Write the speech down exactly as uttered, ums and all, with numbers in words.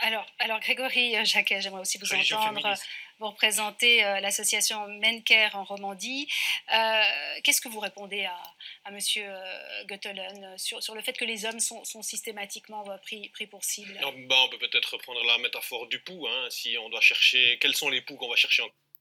Alors alors Grégory, heu, Jacquet, j'aimerais aussi vous Religion entendre, heu, féministe. vous représentez, heu, l'association Men-Care en Romandie. Heu, qu'est-ce que vous répondez à à monsieur, heu, Guttelen, heu, sur sur le fait que les hommes sont sont systématiquement, heu, pris pris pour cible? Non, bah, on peut peut-être reprendre la métaphore du pouls, hein, si on doit chercher quels sont les poux qu'on va chercher en